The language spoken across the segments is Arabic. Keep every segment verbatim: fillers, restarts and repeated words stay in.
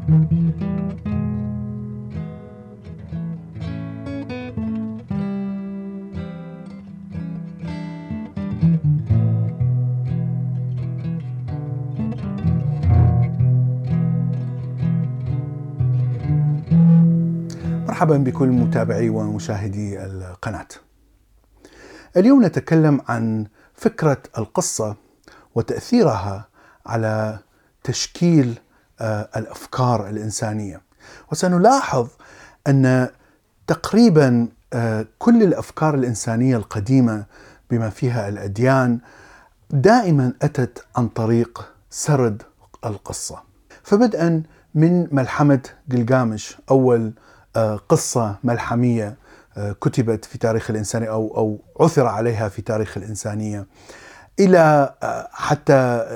مرحبا بكل متابعي ومشاهدي القناة. اليوم نتكلم عن فكرة القصة وتأثيرها على تشكيل الأفكار الإنسانية، وسنلاحظ أن تقريبا كل الأفكار الإنسانية القديمة بما فيها الأديان دائما أتت عن طريق سرد القصة. فبدءا من ملحمة جلجامش، أول قصة ملحمية كتبت في تاريخ الإنسانية أو أو عثر عليها في تاريخ الإنسانية، إلى حتى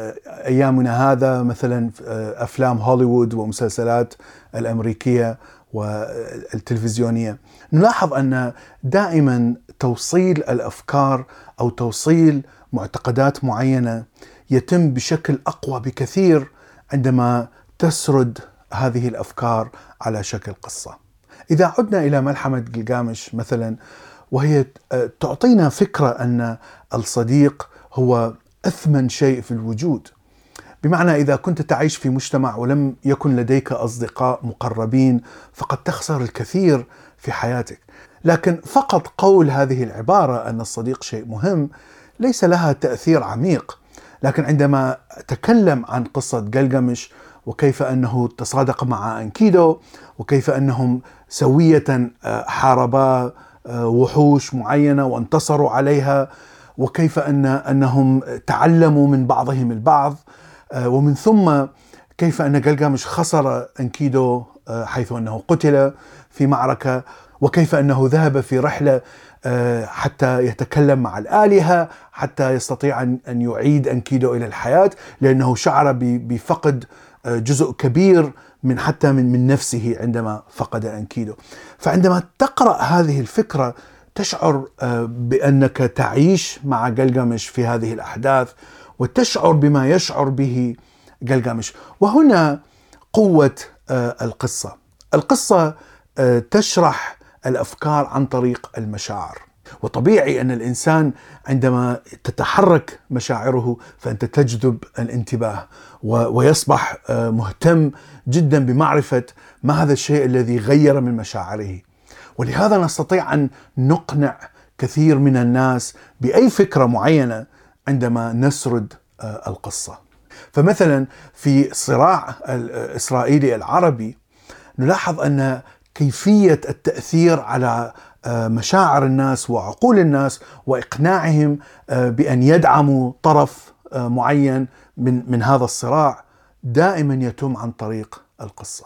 أيامنا هذا مثلا أفلام هوليوود ومسلسلات الأمريكية والتلفزيونية، نلاحظ أن دائما توصيل الأفكار أو توصيل معتقدات معينة يتم بشكل أقوى بكثير عندما تسرد هذه الأفكار على شكل قصة. إذا عدنا إلى ملحمة جلجامش مثلا، وهي تعطينا فكرة أن الصديق هو أثمن شيء في الوجود، بمعنى إذا كنت تعيش في مجتمع ولم يكن لديك أصدقاء مقربين فقد تخسر الكثير في حياتك. لكن فقط قول هذه العبارة أن الصديق شيء مهم ليس لها تأثير عميق. لكن عندما أتكلم عن قصة جلجامش وكيف أنه تصادق مع أنكيدو، وكيف أنهم سوية حاربا وحوش معينة وانتصروا عليها، وكيف أن أنهم تعلموا من بعضهم البعض، ومن ثم كيف أن جلجامش خسر أنكيدو حيث أنه قتل في معركة، وكيف أنه ذهب في رحلة حتى يتكلم مع الآلهة حتى يستطيع أن يعيد أنكيدو إلى الحياة، لأنه شعر بفقد جزء كبير من حتى من من نفسه عندما فقد أنكيدو. فعندما تقرأ هذه الفكرة تشعر بأنك تعيش مع جلجامش في هذه الأحداث، وتشعر بما يشعر به جلجامش. وهنا قوة القصة. القصة تشرح الأفكار عن طريق المشاعر، وطبيعي أن الإنسان عندما تتحرك مشاعره فأنت تجذب الانتباه ويصبح مهتم جدا بمعرفة ما هذا الشيء الذي غير من مشاعره. ولهذا نستطيع أن نقنع كثير من الناس بأي فكرة معينة عندما نسرد القصة. فمثلا في الصراع الإسرائيلي العربي نلاحظ أن كيفية التأثير على مشاعر الناس وعقول الناس وإقناعهم بأن يدعموا طرف معين من من هذا الصراع دائما يتم عن طريق القصة.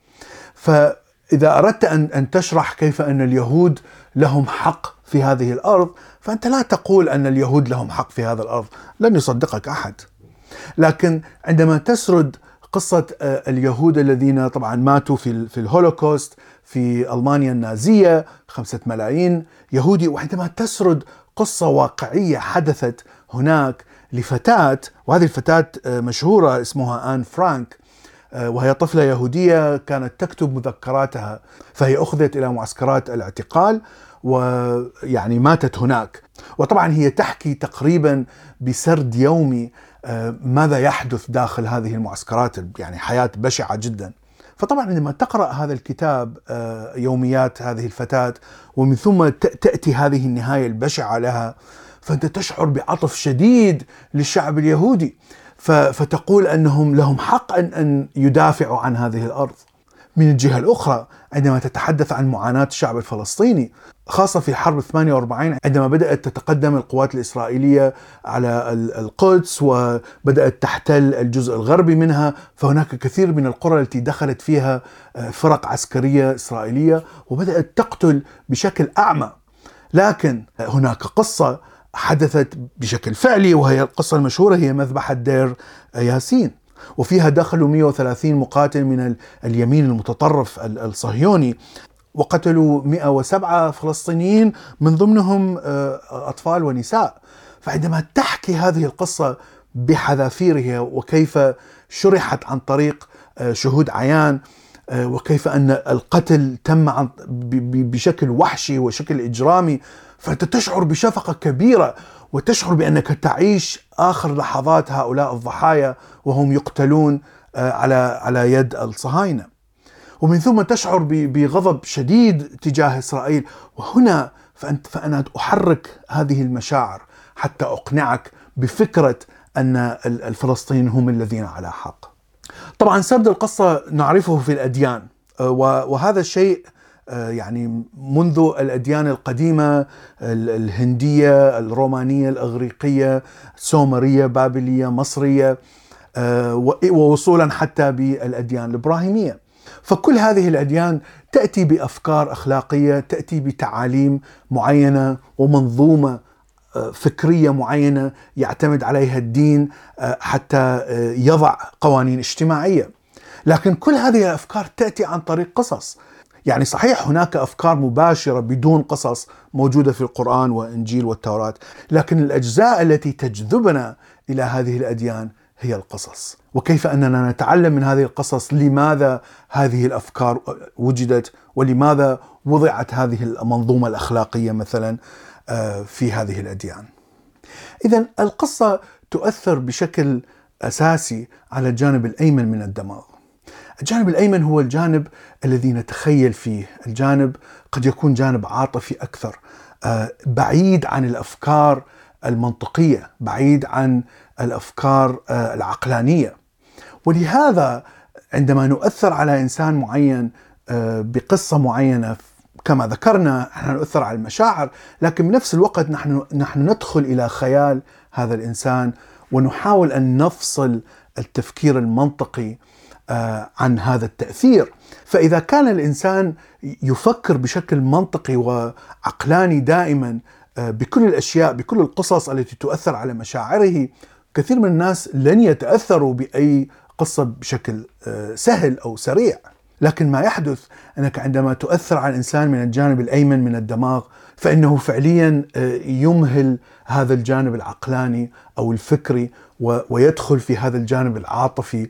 فإذا أردت أن أن تشرح كيف أن اليهود لهم حق في هذه الأرض، فأنت لا تقول أن اليهود لهم حق في هذه الأرض، لن يصدقك أحد. لكن عندما تسرد قصة اليهود الذين طبعا ماتوا في في الهولوكوست في ألمانيا النازية، خمسة ملايين يهودي، وعندما تسرد قصة واقعية حدثت هناك لفتاة، وهذه الفتاة مشهورة اسمها آن فرانك، وهي طفلة يهودية كانت تكتب مذكراتها، فهي أخذت إلى معسكرات الاعتقال ويعني ماتت هناك. وطبعا هي تحكي تقريبا بسرد يومي ماذا يحدث داخل هذه المعسكرات، يعني حياة بشعة جدا. فطبعا عندما تقرأ هذا الكتاب يوميات هذه الفتاة ومن ثم تأتي هذه النهاية البشعة لها، فأنت تشعر بعطف شديد للشعب اليهودي، فتقول أنهم لهم حق أن أن يدافعوا عن هذه الأرض. من الجهة الأخرى عندما تتحدث عن معاناة الشعب الفلسطيني خاصة في حرب ثمانية وأربعين، عندما بدأت تتقدم القوات الإسرائيلية على القدس وبدأت تحتل الجزء الغربي منها، فهناك كثير من القرى التي دخلت فيها فرق عسكرية إسرائيلية وبدأت تقتل بشكل أعمى. لكن هناك قصة حدثت بشكل فعلي، وهي القصة المشهورة، هي مذبحة دير ياسين، وفيها دخلوا مئة وثلاثين مقاتل من اليمين المتطرف الصهيوني وقتلوا مئة وسبعة فلسطينيين من ضمنهم أطفال ونساء. فعندما تحكي هذه القصة بحذافيرها وكيف شرحت عن طريق شهود عيان، وكيف أن القتل تم بشكل وحشي وشكل إجرامي، فأنت تشعر بشفقة كبيرة وتشعر بأنك تعيش آخر لحظات هؤلاء الضحايا وهم يقتلون على على يد الصهاينة. ومن ثم تشعر بغضب شديد تجاه إسرائيل. وهنا فأنت فأنا أحرك هذه المشاعر حتى أقنعك بفكرة أن الفلسطينيين هم الذين على حق. طبعا سرد القصة نعرفه في الأديان، وهذا الشيء يعني منذ الأديان القديمة، الهندية، الرومانية، الإغريقية، السومرية، بابلية، مصرية، ووصولا حتى بالأديان الإبراهيمية. فكل هذه الأديان تأتي بأفكار أخلاقية، تأتي بتعاليم معينة ومنظومة فكرية معينة يعتمد عليها الدين حتى يضع قوانين اجتماعية. لكن كل هذه الأفكار تأتي عن طريق قصص. يعني صحيح هناك أفكار مباشرة بدون قصص موجودة في القرآن والإنجيل والتوراة، لكن الأجزاء التي تجذبنا إلى هذه الأديان هي القصص، وكيف أننا نتعلم من هذه القصص لماذا هذه الأفكار وجدت ولماذا وضعت هذه المنظومة الأخلاقية مثلا في هذه الأديان. إذن القصة تؤثر بشكل أساسي على الجانب الأيمن من الدماغ. الجانب الأيمن هو الجانب الذي نتخيل فيه، الجانب قد يكون جانب عاطفي أكثر، بعيد عن الأفكار المنطقية، بعيد عن الأفكار العقلانية. ولهذا عندما نؤثر على إنسان معين بقصة معينة كما ذكرنا، نحن نؤثر على المشاعر، لكن بنفس الوقت نحن نحن ندخل إلى خيال هذا الإنسان ونحاول أن نفصل التفكير المنطقي عن هذا التأثير. فإذا كان الإنسان يفكر بشكل منطقي وعقلاني دائما بكل الأشياء، بكل القصص التي تؤثر على مشاعره، كثير من الناس لن يتأثروا بأي قصة بشكل سهل أو سريع. لكن ما يحدث أنك عندما تؤثر على الإنسان من الجانب الأيمن من الدماغ، فإنه فعليا يمهل هذا الجانب العقلاني أو الفكري ويدخل في هذا الجانب العاطفي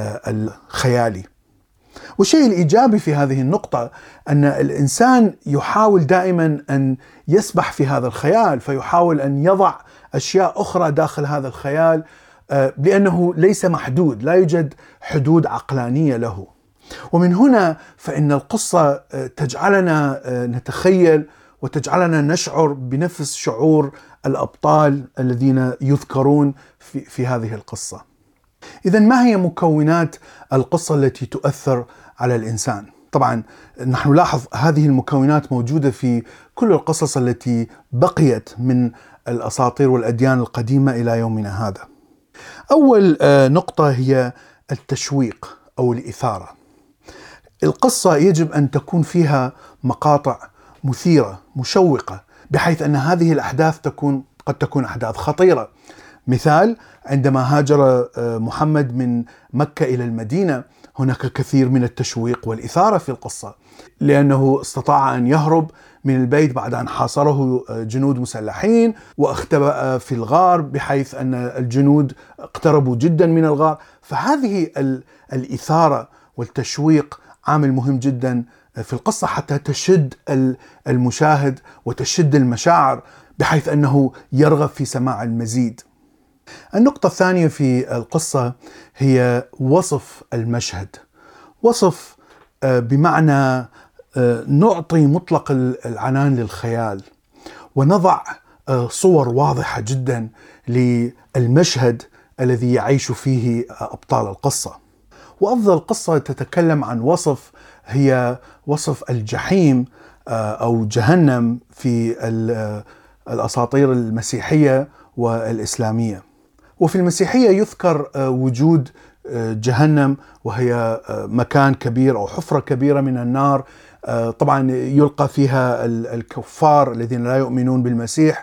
الخيالي. والشيء الإيجابي في هذه النقطة أن الإنسان يحاول دائما أن يسبح في هذا الخيال، فيحاول أن يضع أشياء أخرى داخل هذا الخيال، لأنه ليس محدود، لا يوجد حدود عقلانية له. ومن هنا فإن القصة تجعلنا نتخيل وتجعلنا نشعر بنفس شعور الأبطال الذين يذكرون في, في هذه القصة. إذن ما هي مكونات القصة التي تؤثر على الإنسان؟ طبعا نحن نلاحظ هذه المكونات موجودة في كل القصص التي بقيت من الأساطير والأديان القديمة إلى يومنا هذا. أول نقطة هي التشويق أو الإثارة. القصة يجب أن تكون فيها مقاطع مثيرة مشوقة، بحيث أن هذه الأحداث تكون قد تكون أحداث خطيرة. مثال، عندما هاجر محمد من مكة إلى المدينة، هناك كثير من التشويق والإثارة في القصة، لأنه استطاع أن يهرب من البيت بعد أن حاصره جنود مسلحين واختبأ في الغار، بحيث أن الجنود اقتربوا جدا من الغار. فهذه الإثارة والتشويق عامل مهم جدا في القصة حتى تشد المشاهد وتشد المشاعر، بحيث أنه يرغب في سماع المزيد. النقطة الثانية في القصة هي وصف المشهد. وصف بمعنى نعطي مطلق العنان للخيال ونضع صور واضحة جدا للمشهد الذي يعيش فيه أبطال القصة. وأفضل قصة تتكلم عن وصف هي وصف الجحيم أو جهنم في الأساطير المسيحية والإسلامية. وفي المسيحية يذكر وجود جهنم، وهي مكان كبير أو حفرة كبيرة من النار، طبعا يلقى فيها الكفار الذين لا يؤمنون بالمسيح،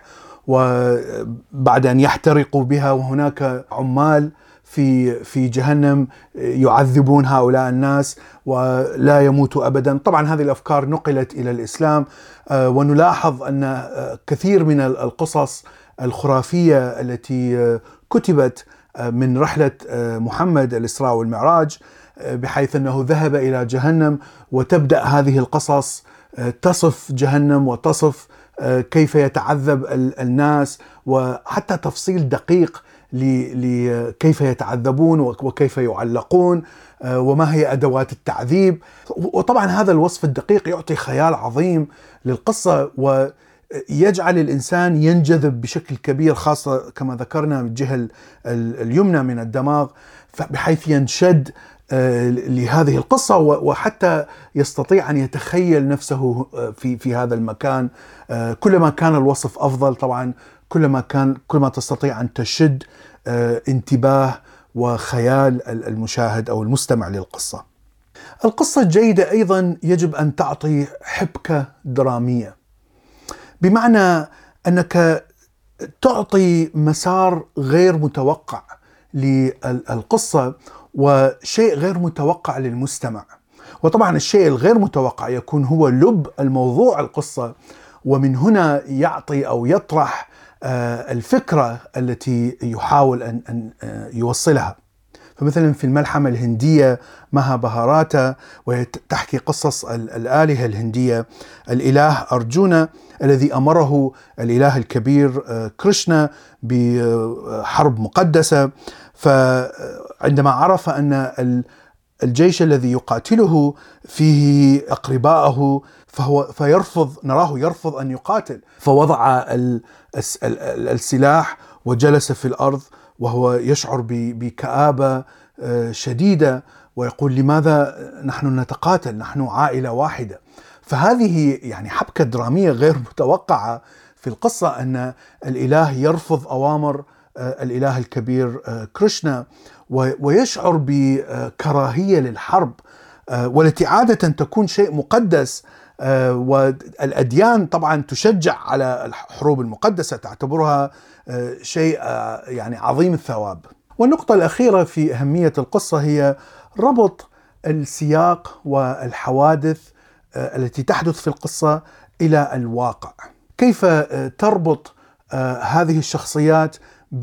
وبعد أن يحترقوا بها، وهناك عمال في في جهنم يعذبون هؤلاء الناس ولا يموتوا أبدا. طبعا هذه الأفكار نقلت إلى الإسلام، ونلاحظ أن كثير من القصص الخرافية التي كتبت من رحلة محمد الإسراء والمعراج، بحيث أنه ذهب إلى جهنم، وتبدأ هذه القصص تصف جهنم وتصف كيف يتعذب الناس، وحتى تفصيل دقيق لكيف يتعذبون وكيف يعلقون وما هي أدوات التعذيب. وطبعا هذا الوصف الدقيق يعطي خيال عظيم للقصة، ويجعل الإنسان ينجذب بشكل كبير، خاصة كما ذكرنا من الجهة اليمنى من الدماغ، بحيث ينشد لهذه القصة، وحتى يستطيع أن يتخيل نفسه في في هذا المكان. كلما كان الوصف أفضل طبعا كلما كان كلما تستطيع أن تشد انتباه وخيال المشاهد أو المستمع للقصة. القصة الجيدة أيضا يجب أن تعطي حبكة درامية، بمعنى أنك تعطي مسار غير متوقع للقصة وشيء غير متوقع للمستمع. وطبعا الشيء الغير متوقع يكون هو لب الموضوع القصة، ومن هنا يعطي أو يطرح الفكرة التي يحاول أن يوصلها. فمثلا في الملحمة الهندية ماهابهاراتا، وهي تحكي قصص الآلهة الهندية، الإله أرجونا الذي أمره الإله الكبير كريشنا بحرب مقدسة، فعندما عرف أن الجيش الذي يقاتله فيه أقرباءه فهو فيرفض نراه يرفض أن يقاتل، فوضع السلاح وجلس في الأرض وهو يشعر بكآبة شديدة، ويقول لماذا نحن نتقاتل، نحن عائلة واحدة. فهذه يعني حبكة درامية غير متوقعة في القصة، أن الإله يرفض أوامر الإله الكبير كريشنا، ويشعر بكراهية للحرب، والتي عادة تكون شيء مقدس، والأديان طبعا تشجع على الحروب المقدسة، تعتبرها شيء يعني عظيم الثواب. والنقطة الأخيرة في أهمية القصة هي ربط السياق والحوادث التي تحدث في القصة إلى الواقع. كيف تربط هذه الشخصيات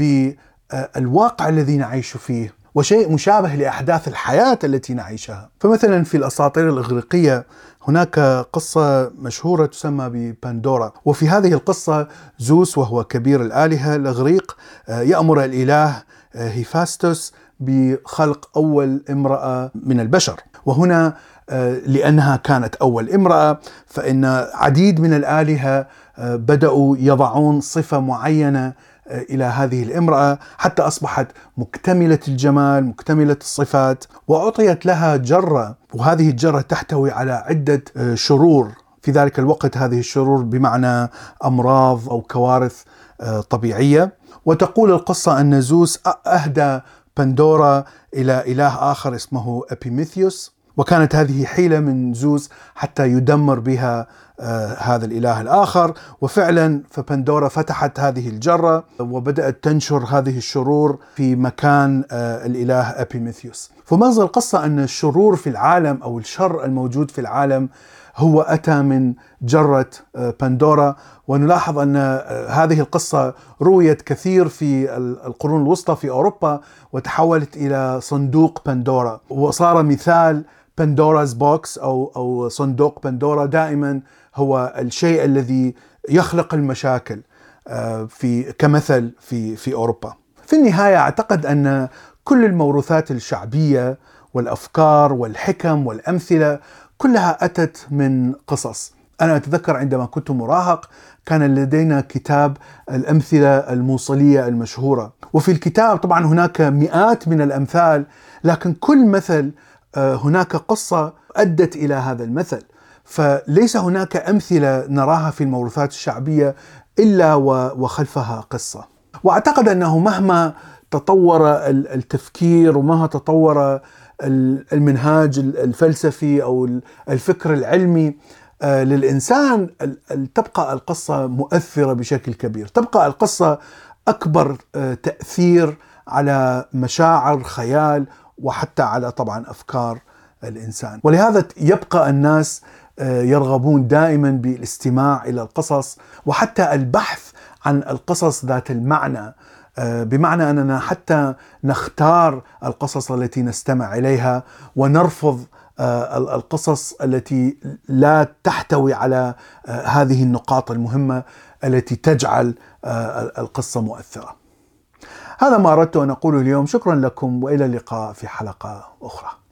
بالواقع الذي نعيش فيه، وشيء مشابه لأحداث الحياة التي نعيشها. فمثلا في الأساطير الإغريقية هناك قصة مشهورة تسمى بباندورا، وفي هذه القصة زوس وهو كبير الآلهة الإغريق يأمر الإله هيفاستوس بخلق أول امرأة من البشر، وهنا لأنها كانت أول امرأة فإن عديد من الآلهة بدأوا يضعون صفة معينة إلى هذه الامرأة حتى أصبحت مكتملة الجمال مكتملة الصفات، وأعطيت لها جرة، وهذه الجرة تحتوي على عدة شرور في ذلك الوقت، هذه الشرور بمعنى أمراض أو كوارث طبيعية. وتقول القصة أن زوس أهدى باندورا إلى إله آخر اسمه أبيميثيوس، وكانت هذه حيلة من زوس حتى يدمر بها آه هذا الإله الآخر. وفعلا فباندورا فتحت هذه الجرة وبدأت تنشر هذه الشرور في مكان آه الإله أبيميثيوس. فمغزى القصة أن الشرور في العالم أو الشر الموجود في العالم هو أتى من جرة آه باندورا. ونلاحظ أن آه هذه القصة رويت كثير في القرون الوسطى في أوروبا، وتحولت إلى صندوق باندورا، وصار مثال باندورا's بوكس أو أو صندوق باندورا دائما هو الشيء الذي يخلق المشاكل في كمثل في في أوروبا. في النهاية أعتقد أن كل الموروثات الشعبية والأفكار والحكم والأمثلة كلها أتت من قصص. أنا أتذكر عندما كنت مراهق كان لدينا كتاب الأمثلة الموصلية المشهورة، وفي الكتاب طبعا هناك مئات من الأمثال، لكن كل مثل هناك قصة أدت إلى هذا المثل. فليس هناك أمثلة نراها في الموروثات الشعبية إلا وخلفها قصة. وأعتقد أنه مهما تطور التفكير ومهما تطور المنهاج الفلسفي أو الفكر العلمي للإنسان، تبقى القصة مؤثرة بشكل كبير، تبقى القصة أكبر تأثير على مشاعر خيال وحتى على طبعا أفكار الإنسان. ولهذا يبقى الناس يرغبون دائما بالاستماع إلى القصص، وحتى البحث عن القصص ذات المعنى بمعنى أننا حتى نختار القصص التي نستمع إليها ونرفض القصص التي لا تحتوي على هذه النقاط المهمة التي تجعل القصة مؤثرة. هذا ما أردت أن أقوله اليوم. شكرا لكم، وإلى اللقاء في حلقة أخرى.